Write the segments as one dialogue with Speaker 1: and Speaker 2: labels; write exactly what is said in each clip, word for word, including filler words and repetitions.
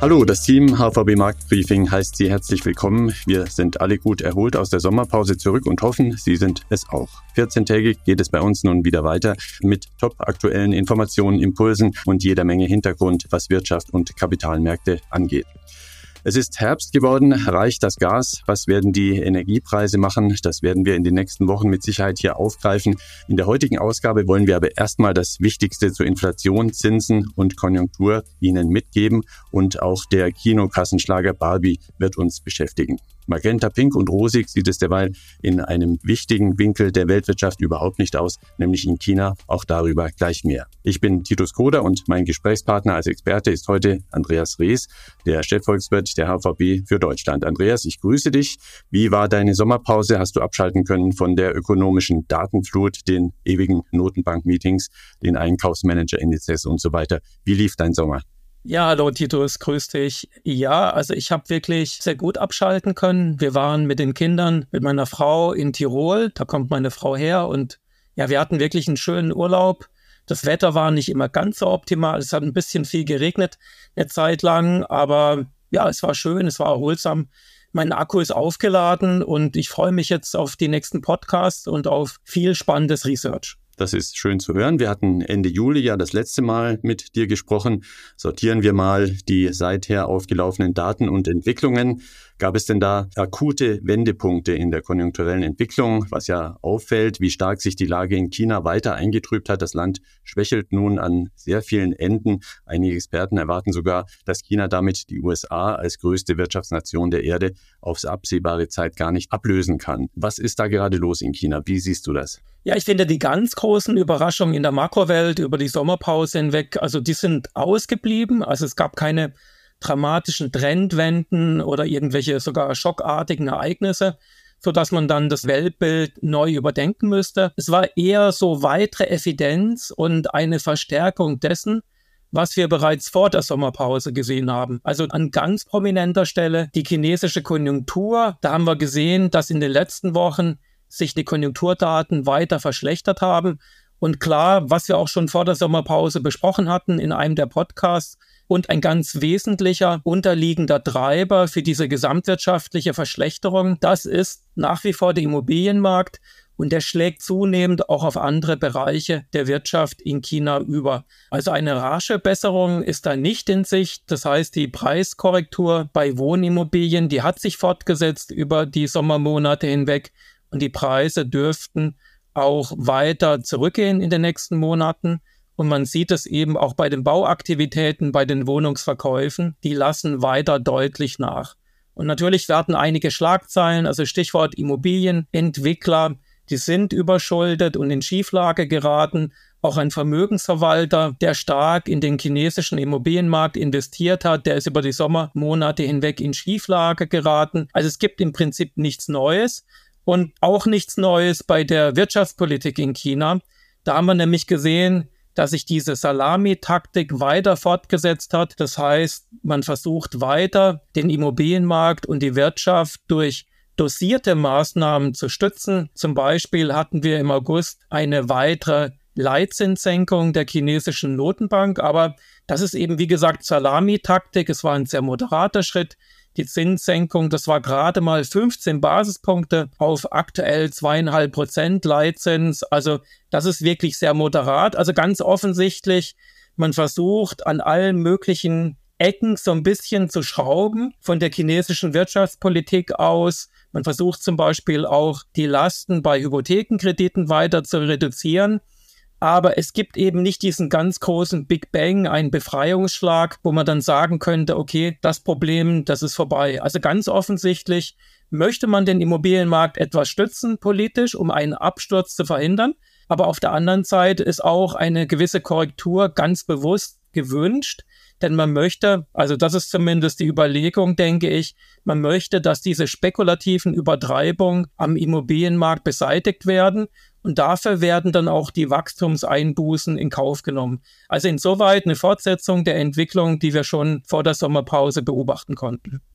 Speaker 1: Hallo, das Team H V B Marktbriefing heißt Sie herzlich willkommen. Wir sind alle gut erholt aus der Sommerpause zurück und hoffen, Sie sind es auch. vierzehntägig geht es bei uns nun wieder weiter mit top-aktuellen Informationen, Impulsen und jeder Menge Hintergrund, was Wirtschaft und Kapitalmärkte angeht. Es ist Herbst geworden, reicht das Gas? Was werden die Energiepreise machen? Das werden wir in den nächsten Wochen mit Sicherheit hier aufgreifen. In der heutigen Ausgabe wollen wir aber erstmal das Wichtigste zur Inflation, Zinsen und Konjunktur Ihnen mitgeben. Und auch der Kinokassenschlager Barbie wird uns beschäftigen. Magenta Pink und rosig sieht es derweil in einem wichtigen Winkel der Weltwirtschaft überhaupt nicht aus, nämlich in China. Auch darüber gleich mehr. Ich bin Titus Koder und mein Gesprächspartner als Experte ist heute Andreas Rees, der Chefvolkswirt der H V B für Deutschland. Andreas, ich grüße dich. Wie war deine Sommerpause? Hast du abschalten können von der ökonomischen Datenflut, den ewigen Notenbank-Meetings, den Einkaufsmanager-Indizes und so weiter? Wie lief dein Sommer?
Speaker 2: Ja, hallo Titus, grüß dich. Ja, also ich habe wirklich sehr gut abschalten können. Wir waren mit den Kindern, mit meiner Frau in Tirol, da kommt meine Frau her und ja, wir hatten wirklich einen schönen Urlaub. Das Wetter war nicht immer ganz so optimal, es hat ein bisschen viel geregnet eine Zeit lang, aber ja, es war schön, es war erholsam. Mein Akku ist aufgeladen und ich freue mich jetzt auf die nächsten Podcasts und auf viel spannendes Research.
Speaker 1: Das ist schön zu hören. Wir hatten Ende Juli ja das letzte Mal mit dir gesprochen. Sortieren wir mal die seither aufgelaufenen Daten und Entwicklungen. Gab es denn da akute Wendepunkte in der konjunkturellen Entwicklung, was ja auffällt, wie stark sich die Lage in China weiter eingetrübt hat? Das Land schwächelt nun an sehr vielen Enden. Einige Experten erwarten sogar, dass China damit die U S A als größte Wirtschaftsnation der Erde aufs absehbare Zeit gar nicht ablösen kann. Was ist da gerade los in China? Wie siehst du das?
Speaker 2: Ja, ich finde die ganz großen Überraschungen in der Makrowelt über die Sommerpause hinweg, also die sind ausgeblieben. Also es gab keine dramatischen Trendwenden oder irgendwelche sogar schockartigen Ereignisse, sodass man dann das Weltbild neu überdenken müsste. Es war eher so weitere Evidenz und eine Verstärkung dessen, was wir bereits vor der Sommerpause gesehen haben. Also an ganz prominenter Stelle die chinesische Konjunktur. Da haben wir gesehen, dass in den letzten Wochen sich die Konjunkturdaten weiter verschlechtert haben. Und klar, was wir auch schon vor der Sommerpause besprochen hatten in einem der Podcasts, und ein ganz wesentlicher unterliegender Treiber für diese gesamtwirtschaftliche Verschlechterung, das ist nach wie vor der Immobilienmarkt und der schlägt zunehmend auch auf andere Bereiche der Wirtschaft in China über. Also eine rasche Besserung ist da nicht in Sicht. Das heißt, die Preiskorrektur bei Wohnimmobilien, die hat sich fortgesetzt über die Sommermonate hinweg und die Preise dürften auch weiter zurückgehen in den nächsten Monaten. Und man sieht es eben auch bei den Bauaktivitäten, bei den Wohnungsverkäufen, die lassen weiter deutlich nach. Und natürlich werden einige Schlagzeilen, also Stichwort Immobilienentwickler, die sind überschuldet und in Schieflage geraten. Auch ein Vermögensverwalter, der stark in den chinesischen Immobilienmarkt investiert hat, der ist über die Sommermonate hinweg in Schieflage geraten. Also es gibt im Prinzip nichts Neues und auch nichts Neues bei der Wirtschaftspolitik in China. Da haben wir nämlich gesehen, dass sich diese Salamitaktik weiter fortgesetzt hat. Das heißt, man versucht weiter, den Immobilienmarkt und die Wirtschaft durch dosierte Maßnahmen zu stützen. Zum Beispiel hatten wir im August eine weitere Leitzinssenkung der chinesischen Notenbank, aber das ist eben, wie gesagt, Salamitaktik. Es war ein sehr moderater Schritt. Die Zinssenkung, das war gerade mal fünfzehn Basispunkte auf aktuell zweieinhalb Prozent Leitzins. Also das ist wirklich sehr moderat. Also ganz offensichtlich, man versucht an allen möglichen Ecken so ein bisschen zu schrauben von der chinesischen Wirtschaftspolitik aus. Man versucht zum Beispiel auch die Lasten bei Hypothekenkrediten weiter zu reduzieren. Aber es gibt eben nicht diesen ganz großen Big Bang, einen Befreiungsschlag, wo man dann sagen könnte, okay, das Problem, das ist vorbei. Also ganz offensichtlich möchte man den Immobilienmarkt etwas stützen politisch, um einen Absturz zu verhindern. Aber auf der anderen Seite ist auch eine gewisse Korrektur ganz bewusst gewünscht. Denn man möchte, also das ist zumindest die Überlegung, denke ich, man möchte, dass diese spekulativen Übertreibungen am Immobilienmarkt beseitigt werden. Und dafür werden dann auch die Wachstumseinbußen in Kauf genommen. Also insoweit eine Fortsetzung der Entwicklung, die wir schon vor der Sommerpause beobachten konnten.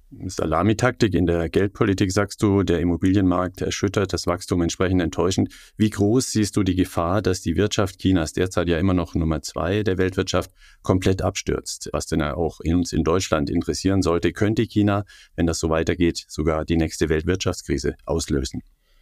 Speaker 1: Salamitaktik in der Geldpolitik, sagst du, der Immobilienmarkt erschüttert, das Wachstum entsprechend enttäuschend. Wie groß siehst du die Gefahr, dass die Wirtschaft Chinas, derzeit ja immer noch Nummer zwei der Weltwirtschaft, komplett abstürzt? Was denn auch uns in Deutschland interessieren sollte, könnte China, wenn das so weitergeht, sogar die nächste Weltwirtschaftskrise auslösen?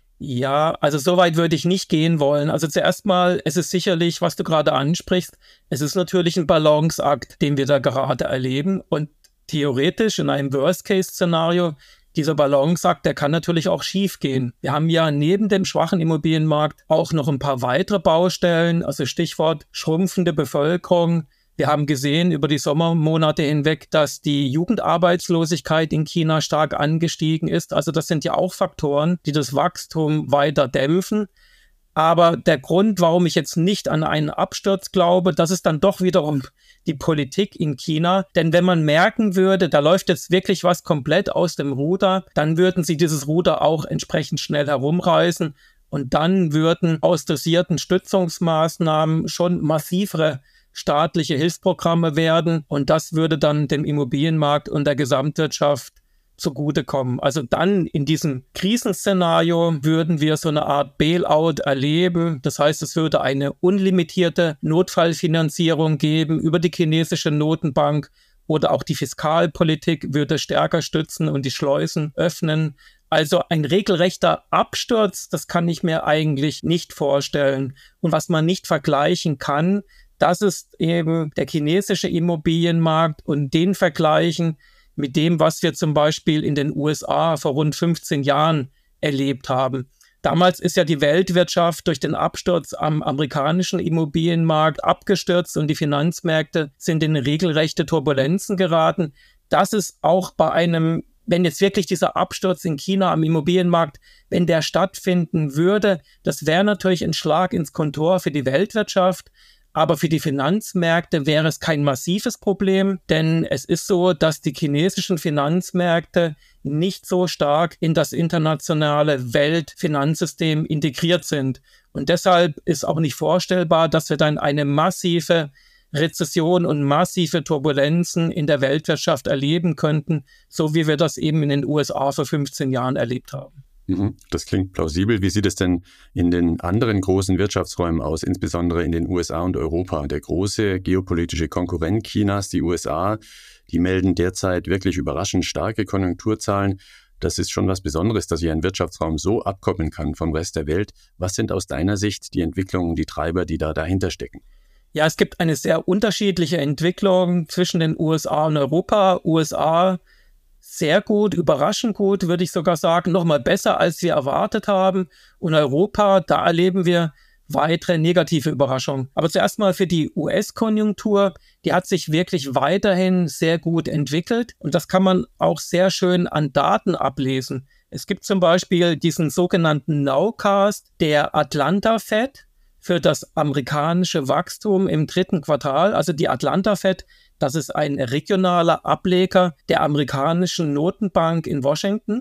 Speaker 2: Ja, also so weit würde ich nicht gehen wollen. Also zuerst mal, es ist sicherlich, was du gerade ansprichst, es ist natürlich ein Balanceakt, den wir da gerade erleben. Und theoretisch in einem Worst-Case-Szenario, dieser Balanceakt, der kann natürlich auch schief gehen. Wir haben ja neben dem schwachen Immobilienmarkt auch noch ein paar weitere Baustellen, also Stichwort schrumpfende Bevölkerung. Wir haben gesehen über die Sommermonate hinweg, dass die Jugendarbeitslosigkeit in China stark angestiegen ist. Also das sind ja auch Faktoren, die das Wachstum weiter dämpfen. Aber der Grund, warum ich jetzt nicht an einen Absturz glaube, das ist dann doch wiederum die Politik in China. Denn wenn man merken würde, da läuft jetzt wirklich was komplett aus dem Ruder, dann würden sie dieses Ruder auch entsprechend schnell herumreißen. Und dann würden aus dosierten Stützungsmaßnahmen schon massivere staatliche Hilfsprogramme werden. Und das würde dann dem Immobilienmarkt und der Gesamtwirtschaft zugutekommen. Also dann in diesem Krisenszenario würden wir so eine Art Bailout erleben. Das heißt, es würde eine unlimitierte Notfallfinanzierung geben über die chinesische Notenbank oder auch die Fiskalpolitik würde stärker stützen und die Schleusen öffnen. Also ein regelrechter Absturz, das kann ich mir eigentlich nicht vorstellen. Und was man nicht vergleichen kann, das ist eben der chinesische Immobilienmarkt und den vergleichen mit dem, was wir zum Beispiel in den U S A vor rund fünfzehn Jahren erlebt haben. Damals ist ja die Weltwirtschaft durch den Absturz am amerikanischen Immobilienmarkt abgestürzt und die Finanzmärkte sind in regelrechte Turbulenzen geraten. Das ist auch bei einem, wenn jetzt wirklich dieser Absturz in China am Immobilienmarkt, wenn der stattfinden würde, das wäre natürlich ein Schlag ins Kontor für die Weltwirtschaft. Aber für die Finanzmärkte wäre es kein massives Problem, denn es ist so, dass die chinesischen Finanzmärkte nicht so stark in das internationale Weltfinanzsystem integriert sind. Und deshalb ist auch nicht vorstellbar, dass wir dann eine massive Rezession und massive Turbulenzen in der Weltwirtschaft erleben könnten, so wie wir das eben in den U S A vor fünfzehn Jahren erlebt haben.
Speaker 1: Das klingt plausibel. Wie sieht es denn in den anderen großen Wirtschaftsräumen aus, insbesondere in den U S A und Europa? Der große geopolitische Konkurrent Chinas, die U S A, die melden derzeit wirklich überraschend starke Konjunkturzahlen. Das ist schon was Besonderes, dass sich ein Wirtschaftsraum so abkoppeln kann vom Rest der Welt. Was sind aus deiner Sicht die Entwicklungen, die Treiber, die da dahinter stecken?
Speaker 2: Ja, es gibt eine sehr unterschiedliche Entwicklung zwischen den U S A und Europa. U S A sehr gut, überraschend gut, würde ich sogar sagen, nochmal besser, als wir erwartet haben. Und Europa, da erleben wir weitere negative Überraschungen. Aber zuerst mal für die U S-Konjunktur, die hat sich wirklich weiterhin sehr gut entwickelt. Und das kann man auch sehr schön an Daten ablesen. Es gibt zum Beispiel diesen sogenannten Nowcast der Atlanta Fed für das amerikanische Wachstum im dritten Quartal. Also die Atlanta Fed, das ist ein regionaler Ableger der amerikanischen Notenbank in Washington.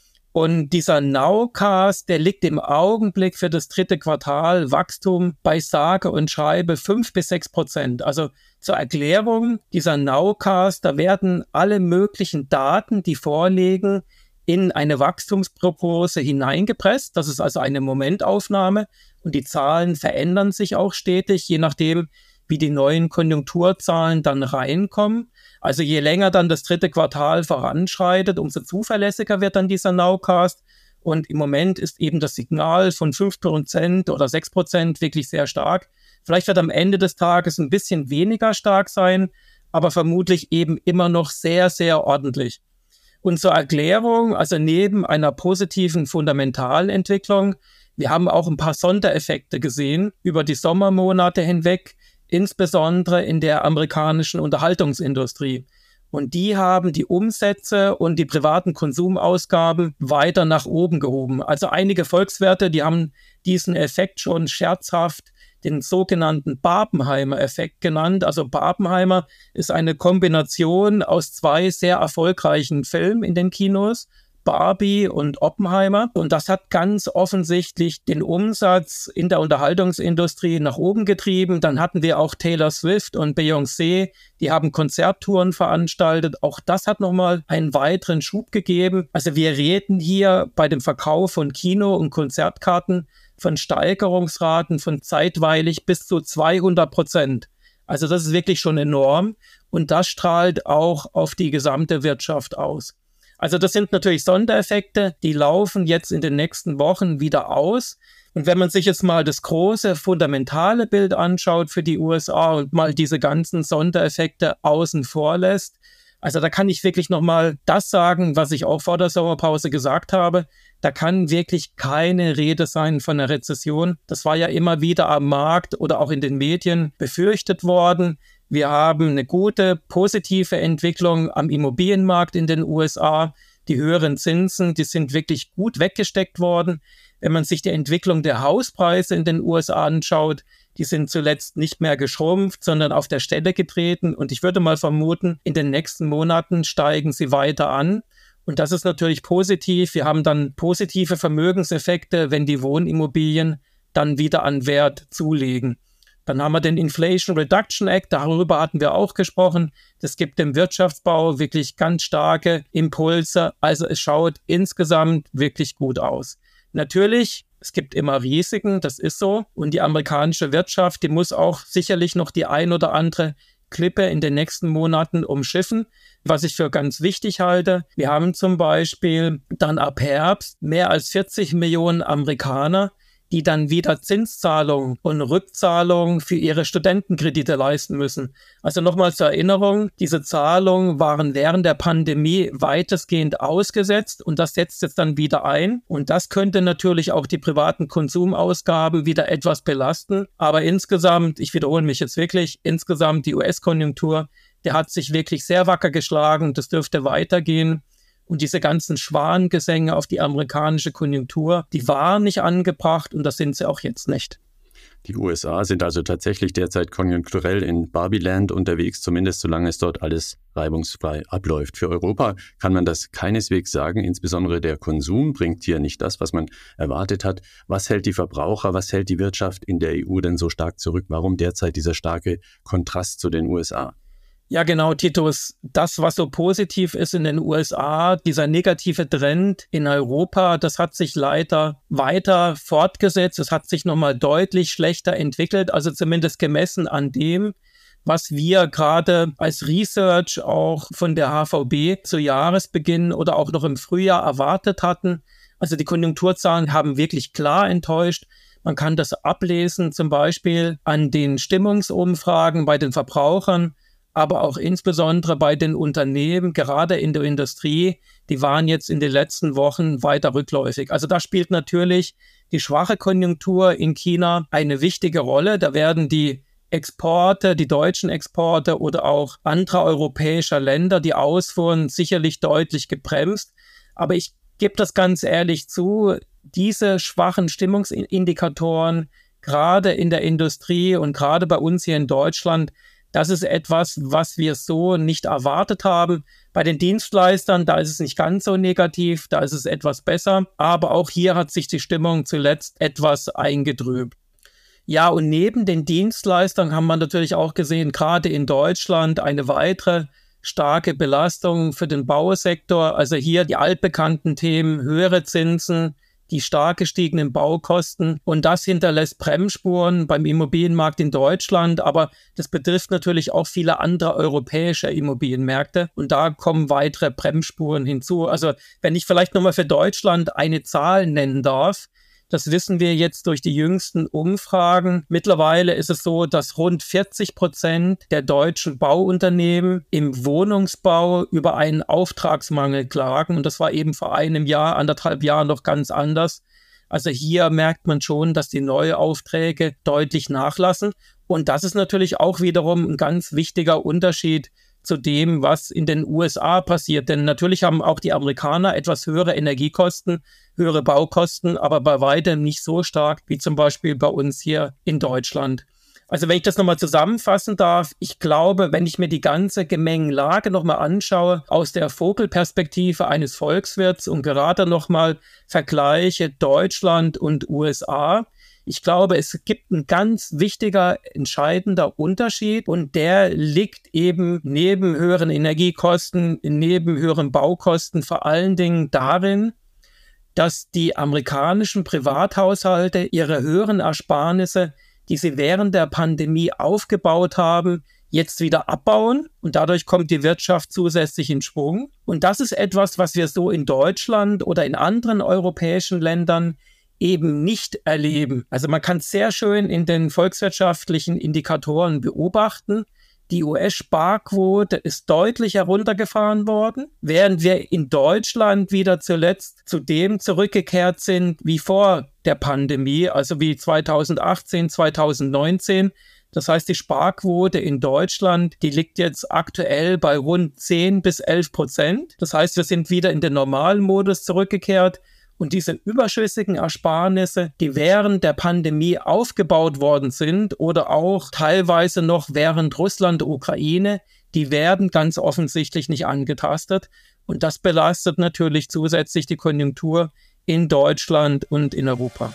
Speaker 2: Und dieser Nowcast, der liegt im Augenblick für das dritte Quartal Wachstum bei sage und schreibe fünf bis sechs Prozent. Also zur Erklärung, dieser Nowcast, da werden alle möglichen Daten, die vorliegen, in eine Wachstumsprognose hineingepresst. Das ist also eine Momentaufnahme und die Zahlen verändern sich auch stetig, je nachdem, wie die neuen Konjunkturzahlen dann reinkommen. Also je länger dann das dritte Quartal voranschreitet, umso zuverlässiger wird dann dieser Nowcast. Und im Moment ist eben das Signal von fünf Prozent oder sechs Prozent wirklich sehr stark. Vielleicht wird am Ende des Tages ein bisschen weniger stark sein, aber vermutlich eben immer noch sehr, sehr ordentlich. Und zur Erklärung, also neben einer positiven Fundamentalentwicklung, wir haben auch ein paar Sondereffekte gesehen über die Sommermonate hinweg, insbesondere in der amerikanischen Unterhaltungsindustrie. Und die haben die Umsätze und die privaten Konsumausgaben weiter nach oben gehoben. Also einige Volkswirte, die haben diesen Effekt schon scherzhaft den sogenannten Barbenheimer-Effekt genannt. Also Barbenheimer ist eine Kombination aus zwei sehr erfolgreichen Filmen in den Kinos. Barbie und Oppenheimer. Und das hat ganz offensichtlich den Umsatz in der Unterhaltungsindustrie nach oben getrieben. Dann hatten wir auch Taylor Swift und Beyoncé, die haben Konzerttouren veranstaltet. Auch das hat nochmal einen weiteren Schub gegeben. Also wir reden hier bei dem Verkauf von Kino- und Konzertkarten von Steigerungsraten von zeitweilig bis zu zweihundert Prozent. Also das ist wirklich schon enorm und das strahlt auch auf die gesamte Wirtschaft aus. Also das sind natürlich Sondereffekte, die laufen jetzt in den nächsten Wochen wieder aus. Und wenn man sich jetzt mal das große, fundamentale Bild anschaut für die U S A und mal diese ganzen Sondereffekte außen vor lässt, also da kann ich wirklich nochmal das sagen, was ich auch vor der Sommerpause gesagt habe. Da kann wirklich keine Rede sein von einer Rezession. Das war ja immer wieder am Markt oder auch in den Medien befürchtet worden. Wir haben eine gute, positive Entwicklung am Immobilienmarkt in den U S A. Die höheren Zinsen, die sind wirklich gut weggesteckt worden. Wenn man sich die Entwicklung der Hauspreise in den U S A anschaut, die sind zuletzt nicht mehr geschrumpft, sondern auf der Stelle getreten. Und ich würde mal vermuten, in den nächsten Monaten steigen sie weiter an. Und das ist natürlich positiv. Wir haben dann positive Vermögenseffekte, wenn die Wohnimmobilien dann wieder an Wert zulegen. Dann haben wir den Inflation Reduction Act, darüber hatten wir auch gesprochen. Das gibt dem Wirtschaftsbau wirklich ganz starke Impulse. Also es schaut insgesamt wirklich gut aus. Natürlich, es gibt immer Risiken, das ist so. Und die amerikanische Wirtschaft, die muss auch sicherlich noch die ein oder andere Klippe in den nächsten Monaten umschiffen, was ich für ganz wichtig halte. Wir haben zum Beispiel dann ab Herbst mehr als vierzig Millionen Amerikaner, die dann wieder Zinszahlungen und Rückzahlungen für ihre Studentenkredite leisten müssen. Also nochmal zur Erinnerung, diese Zahlungen waren während der Pandemie weitestgehend ausgesetzt und das setzt jetzt dann wieder ein. Und das könnte natürlich auch die privaten Konsumausgaben wieder etwas belasten. Aber insgesamt, ich wiederhole mich jetzt wirklich, insgesamt die U S-Konjunktur, der hat sich wirklich sehr wacker geschlagen. Das dürfte weitergehen. Und diese ganzen Schwangesänge auf die amerikanische Konjunktur, die waren nicht angebracht und das sind sie auch jetzt nicht.
Speaker 1: Die U S A sind also tatsächlich derzeit konjunkturell in Barbieland unterwegs, zumindest solange es dort alles reibungsfrei abläuft. Für Europa kann man das keineswegs sagen, insbesondere der Konsum bringt hier nicht das, was man erwartet hat. Was hält die Verbraucher, was hält die Wirtschaft in der E U denn so stark zurück? Warum derzeit dieser starke Kontrast zu den U S A?
Speaker 2: Ja, genau, Titus. Das, was so positiv ist in den U S A, dieser negative Trend in Europa, das hat sich leider weiter fortgesetzt. Es hat sich nochmal deutlich schlechter entwickelt, also zumindest gemessen an dem, was wir gerade als Research auch von der H V B zu Jahresbeginn oder auch noch im Frühjahr erwartet hatten. Also die Konjunkturzahlen haben wirklich klar enttäuscht. Man kann das ablesen, zum Beispiel an den Stimmungsumfragen bei den Verbrauchern, aber auch insbesondere bei den Unternehmen, gerade in der Industrie, die waren jetzt in den letzten Wochen weiter rückläufig. Also da spielt natürlich die schwache Konjunktur in China eine wichtige Rolle. Da werden die Exporte, die deutschen Exporte oder auch anderer europäischer Länder, die Ausfuhren sicherlich deutlich gebremst. Aber ich gebe das ganz ehrlich zu, diese schwachen Stimmungsindikatoren, gerade in der Industrie und gerade bei uns hier in Deutschland, das ist etwas, was wir so nicht erwartet haben. Bei den Dienstleistern, da ist es nicht ganz so negativ, da ist es etwas besser. Aber auch hier hat sich die Stimmung zuletzt etwas eingetrübt. Ja, und neben den Dienstleistern haben wir natürlich auch gesehen, gerade in Deutschland eine weitere starke Belastung für den Bausektor. Also hier die altbekannten Themen, höhere Zinsen, die stark gestiegenen Baukosten und das hinterlässt Bremsspuren beim Immobilienmarkt in Deutschland, aber das betrifft natürlich auch viele andere europäische Immobilienmärkte und da kommen weitere Bremsspuren hinzu. Also wenn ich vielleicht nochmal für Deutschland eine Zahl nennen darf, das wissen wir jetzt durch die jüngsten Umfragen. Mittlerweile ist es so, dass rund vierzig Prozent der deutschen Bauunternehmen im Wohnungsbau über einen Auftragsmangel klagen. Und das war eben vor einem Jahr, anderthalb Jahren noch ganz anders. Also hier merkt man schon, dass die neuen Aufträge deutlich nachlassen. Und das ist natürlich auch wiederum ein ganz wichtiger Unterschied zu dem, was in den U S A passiert. Denn natürlich haben auch die Amerikaner etwas höhere Energiekosten, höhere Baukosten, aber bei weitem nicht so stark wie zum Beispiel bei uns hier in Deutschland. Also wenn ich das nochmal zusammenfassen darf, ich glaube, wenn ich mir die ganze Gemengelage nochmal anschaue, aus der Vogelperspektive eines Volkswirts und gerade nochmal vergleiche Deutschland und U S A, ich glaube, es gibt ein ganz wichtiger, entscheidender Unterschied und der liegt eben neben höheren Energiekosten, neben höheren Baukosten vor allen Dingen darin, dass die amerikanischen Privathaushalte ihre höheren Ersparnisse, die sie während der Pandemie aufgebaut haben, jetzt wieder abbauen und dadurch kommt die Wirtschaft zusätzlich in Schwung. Und das ist etwas, was wir so in Deutschland oder in anderen europäischen Ländern eben nicht erleben. Also man kann es sehr schön in den volkswirtschaftlichen Indikatoren beobachten. Die U S-Sparquote ist deutlich heruntergefahren worden, während wir in Deutschland wieder zuletzt zu dem zurückgekehrt sind wie vor der Pandemie, also wie zweitausendachtzehn, zweitausendneunzehn. Das heißt, die Sparquote in Deutschland, die liegt jetzt aktuell bei rund zehn bis elf Prozent. Das heißt, wir sind wieder in den normalen Modus zurückgekehrt. Und diese überschüssigen Ersparnisse, die während der Pandemie aufgebaut worden sind oder auch teilweise noch während Russland, Ukraine, die werden ganz offensichtlich nicht angetastet. Und das belastet natürlich zusätzlich die Konjunktur in Deutschland und in Europa.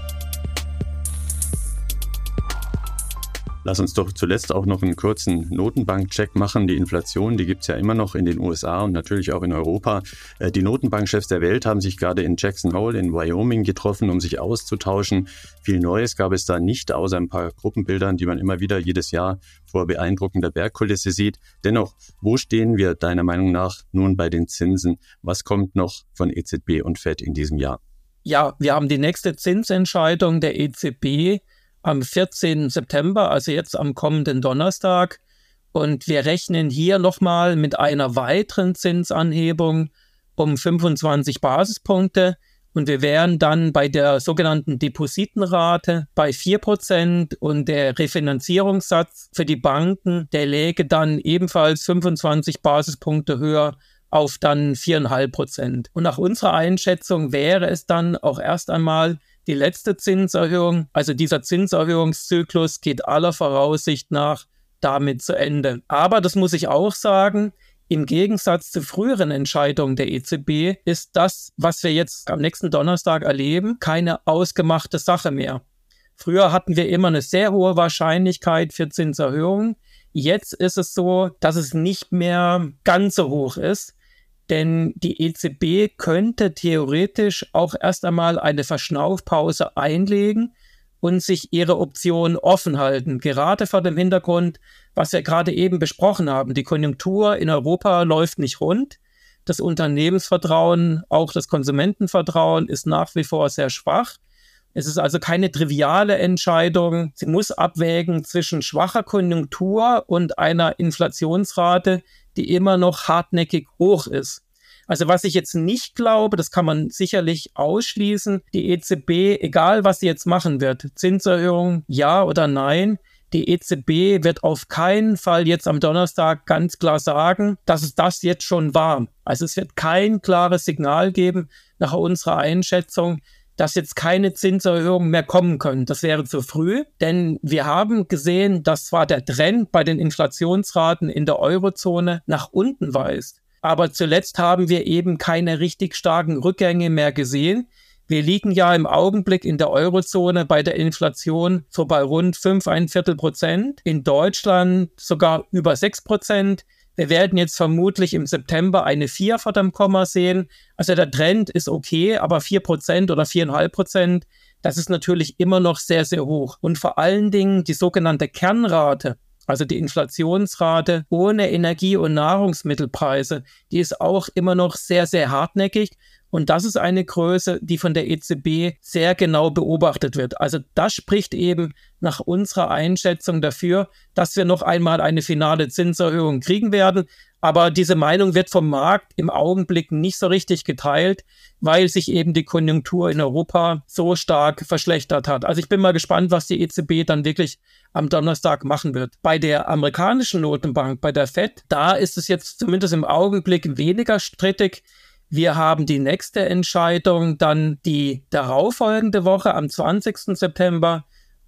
Speaker 1: Lass uns doch zuletzt auch noch einen kurzen Notenbankcheck machen. Die Inflation, die gibt es ja immer noch in den U S A und natürlich auch in Europa. Die Notenbankchefs der Welt haben sich gerade in Jackson Hole in Wyoming getroffen, um sich auszutauschen. Viel Neues gab es da nicht, außer ein paar Gruppenbildern, die man immer wieder jedes Jahr vor beeindruckender Bergkulisse sieht. Dennoch, wo stehen wir deiner Meinung nach nun bei den Zinsen? Was kommt noch von E Z B und Fed in diesem Jahr?
Speaker 2: Ja, wir haben die nächste Zinsentscheidung der E Z B am vierzehnten September, also jetzt am kommenden Donnerstag. Und wir rechnen hier nochmal mit einer weiteren Zinsanhebung um fünfundzwanzig Basispunkte. Und wir wären dann bei der sogenannten Depositenrate bei vier Prozent und der Refinanzierungssatz für die Banken, der läge dann ebenfalls fünfundzwanzig Basispunkte höher auf dann vier Komma fünf Prozent. Und nach unserer Einschätzung wäre es dann auch erst einmal die letzte Zinserhöhung, also dieser Zinserhöhungszyklus geht aller Voraussicht nach damit zu Ende. Aber das muss ich auch sagen, im Gegensatz zu früheren Entscheidungen der E Z B ist das, was wir jetzt am nächsten Donnerstag erleben, keine ausgemachte Sache mehr. Früher hatten wir immer eine sehr hohe Wahrscheinlichkeit für Zinserhöhungen. Jetzt ist es so, dass es nicht mehr ganz so hoch ist. Denn die E Z B könnte theoretisch auch erst einmal eine Verschnaufpause einlegen und sich ihre Optionen offen halten. Gerade vor dem Hintergrund, was wir gerade eben besprochen haben. Die Konjunktur in Europa läuft nicht rund. Das Unternehmensvertrauen, auch das Konsumentenvertrauen ist nach wie vor sehr schwach. Es ist also keine triviale Entscheidung. Sie muss abwägen zwischen schwacher Konjunktur und einer Inflationsrate, die immer noch hartnäckig hoch ist. Also was ich jetzt nicht glaube, das kann man sicherlich ausschließen, die E Z B, egal was sie jetzt machen wird, Zinserhöhung, ja oder nein, die E Z B wird auf keinen Fall jetzt am Donnerstag ganz klar sagen, dass es das jetzt schon war. Also es wird kein klares Signal geben nach unserer Einschätzung, dass jetzt keine Zinserhöhungen mehr kommen können. Das wäre zu früh, denn wir haben gesehen, dass zwar der Trend bei den Inflationsraten in der Eurozone nach unten weist, aber zuletzt haben wir eben keine richtig starken Rückgänge mehr gesehen. Wir liegen ja im Augenblick in der Eurozone bei der Inflation so bei rund fünf, ein Viertel Prozent, in Deutschland sogar über sechs Prozent. Wir werden jetzt vermutlich im September eine vier vor dem Komma sehen. Also der Trend ist okay, aber vier Prozent oder vier Komma fünf Prozent, das ist natürlich immer noch sehr, sehr hoch. Und vor allen Dingen die sogenannte Kernrate, also die Inflationsrate ohne Energie- und Nahrungsmittelpreise, die ist auch immer noch sehr, sehr hartnäckig. Und das ist eine Größe, die von der E Z B sehr genau beobachtet wird. Also das spricht eben nach unserer Einschätzung dafür, dass wir noch einmal eine finale Zinserhöhung kriegen werden. Aber diese Meinung wird vom Markt im Augenblick nicht so richtig geteilt, weil sich eben die Konjunktur in Europa so stark verschlechtert hat. Also ich bin mal gespannt, was die E Z B dann wirklich am Donnerstag machen wird. Bei der amerikanischen Notenbank, bei der Fed, da ist es jetzt zumindest im Augenblick weniger strittig. Wir haben die nächste Entscheidung dann die darauffolgende Woche am zwanzigsten September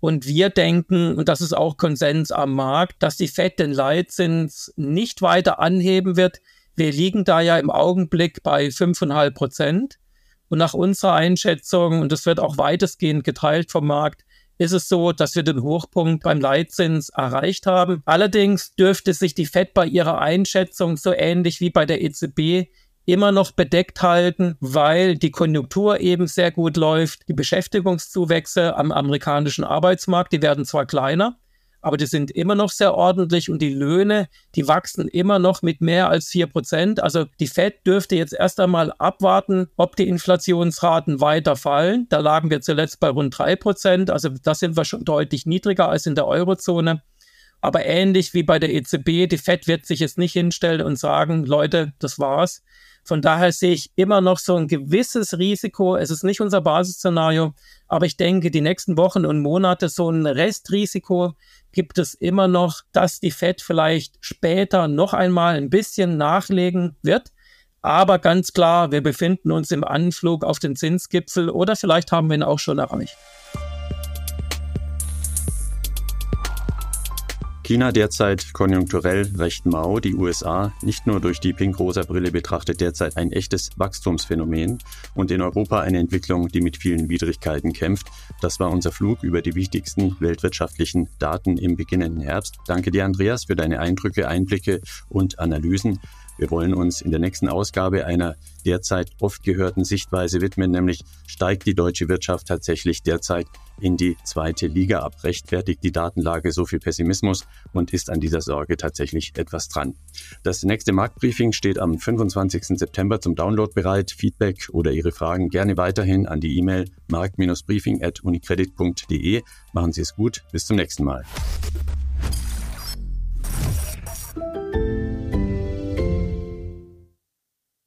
Speaker 2: Und wir denken, und das ist auch Konsens am Markt, dass die Fed den Leitzins nicht weiter anheben wird. Wir liegen da ja im Augenblick bei fünf Komma fünf Prozent. Und nach unserer Einschätzung, und das wird auch weitestgehend geteilt vom Markt, ist es so, dass wir den Hochpunkt beim Leitzins erreicht haben. Allerdings dürfte sich die Fed bei ihrer Einschätzung so ähnlich wie bei der E Z B immer noch bedeckt halten, weil die Konjunktur eben sehr gut läuft. Die Beschäftigungszuwächse am amerikanischen Arbeitsmarkt, die werden zwar kleiner, aber die sind immer noch sehr ordentlich und die Löhne, die wachsen immer noch mit mehr als vier Prozent. Also die Fed dürfte jetzt erst einmal abwarten, ob die Inflationsraten weiter fallen. Da lagen wir zuletzt bei rund drei Prozent, also da sind wir schon deutlich niedriger als in der Eurozone. Aber ähnlich wie bei der E Z B, die Fed wird sich jetzt nicht hinstellen und sagen, Leute, das war's. Von daher sehe ich immer noch so ein gewisses Risiko. Es ist nicht unser Basisszenario, aber ich denke, die nächsten Wochen und Monate, so ein Restrisiko gibt es immer noch, dass die Fed vielleicht später noch einmal ein bisschen nachlegen wird. Aber ganz klar, wir befinden uns im Anflug auf den Zinsgipfel oder vielleicht haben wir ihn auch schon erreicht.
Speaker 1: China derzeit konjunkturell recht mau, die U S A nicht nur durch die Pink-Rosa-Brille betrachtet derzeit ein echtes Wachstumsphänomen und in Europa eine Entwicklung, die mit vielen Widrigkeiten kämpft. Das war unser Flug über die wichtigsten weltwirtschaftlichen Daten im beginnenden Herbst. Danke dir, Andreas, für deine Eindrücke, Einblicke und Analysen. Wir wollen uns in der nächsten Ausgabe einer derzeit oft gehörten Sichtweise widmen, nämlich steigt die deutsche Wirtschaft tatsächlich derzeit in die zweite Liga ab? Rechtfertigt die Datenlage so viel Pessimismus und ist an dieser Sorge tatsächlich etwas dran? Das nächste Marktbriefing steht am fünfundzwanzigsten September zum Download bereit. Feedback oder Ihre Fragen gerne weiterhin an die E-Mail markt Bindestrich briefing at unicredit punkt de. Machen Sie es gut, bis zum nächsten Mal.